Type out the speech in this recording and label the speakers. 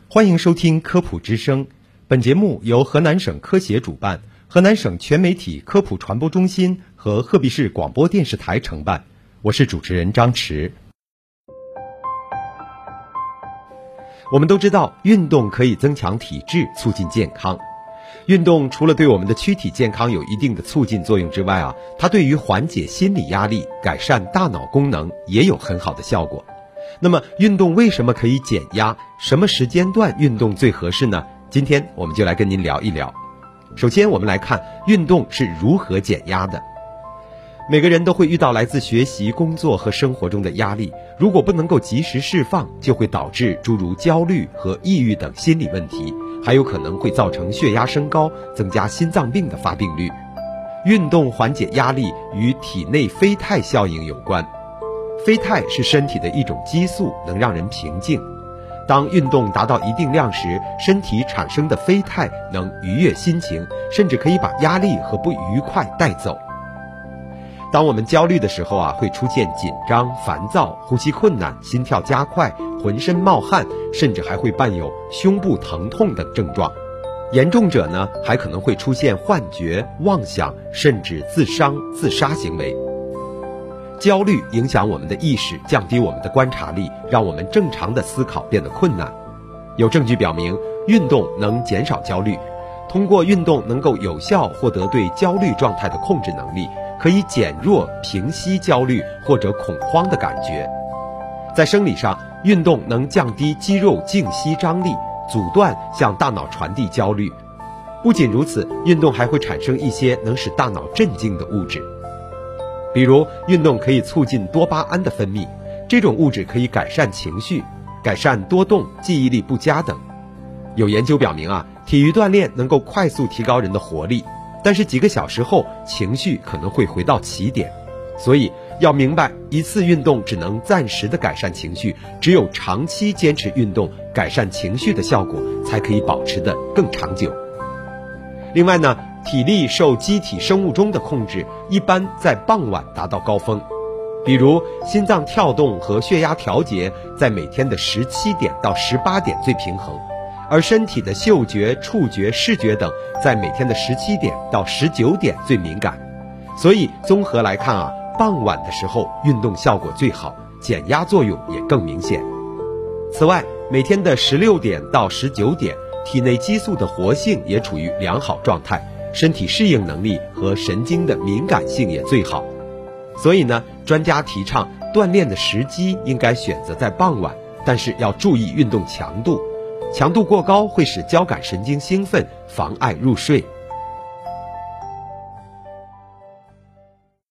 Speaker 1: 欢迎收听科普之声，本节目由河南省科协主办，河南省全媒体科普传播中心和鹤壁市广播电视台承办。我是主持人张驰。我们都知道，运动可以增强体质，促进健康。运动除了对我们的躯体健康有一定的促进作用之外它对于缓解心理压力、改善大脑功能也有很好的效果。那么运动为什么可以减压？什么时间段运动最合适呢？今天我们就来跟您聊一聊。首先我们来看运动是如何减压的。每个人都会遇到来自学习、工作和生活中的压力，如果不能够及时释放，就会导致诸如焦虑和抑郁等心理问题，还有可能会造成血压升高，增加心脏病的发病率。运动缓解压力与体内啡肽效应有关。啡肽是身体的一种激素，能让人平静。当运动达到一定量时，身体产生的啡肽能愉悦心情，甚至可以把压力和不愉快带走。当我们焦虑的时候会出现紧张、烦躁、呼吸困难、心跳加快、浑身冒汗，甚至还会伴有胸部疼痛等症状。严重者呢，还可能会出现幻觉、妄想，甚至自伤、自杀行为。焦虑影响我们的意识，降低我们的观察力，让我们正常的思考变得困难。有证据表明，运动能减少焦虑。通过运动能够有效获得对焦虑状态的控制能力，可以减弱、平息焦虑或者恐慌的感觉。在生理上，运动能降低肌肉静息张力，阻断向大脑传递焦虑。不仅如此，运动还会产生一些能使大脑镇静的物质。比如，运动可以促进多巴胺的分泌，这种物质可以改善情绪、改善多动、记忆力不佳等。有研究表明体育锻炼能够快速提高人的活力，但是几个小时后情绪可能会回到起点。所以要明白，一次运动只能暂时的改善情绪，只有长期坚持运动，改善情绪的效果才可以保持得更长久。另外呢，体力受机体生物钟的控制，一般在傍晚达到高峰。比如心脏跳动和血压调节在每天的17点到18点最平衡，而身体的嗅觉、触觉、视觉等在每天的17点到19点最敏感。所以综合来看傍晚的时候运动效果最好，减压作用也更明显。此外，每天的16点到19点，体内激素的活性也处于良好状态，身体适应能力和神经的敏感性也最好。所以呢，专家提倡锻炼的时机应该选择在傍晚，但是要注意运动强度，强度过高会使交感神经兴奋，妨碍入睡。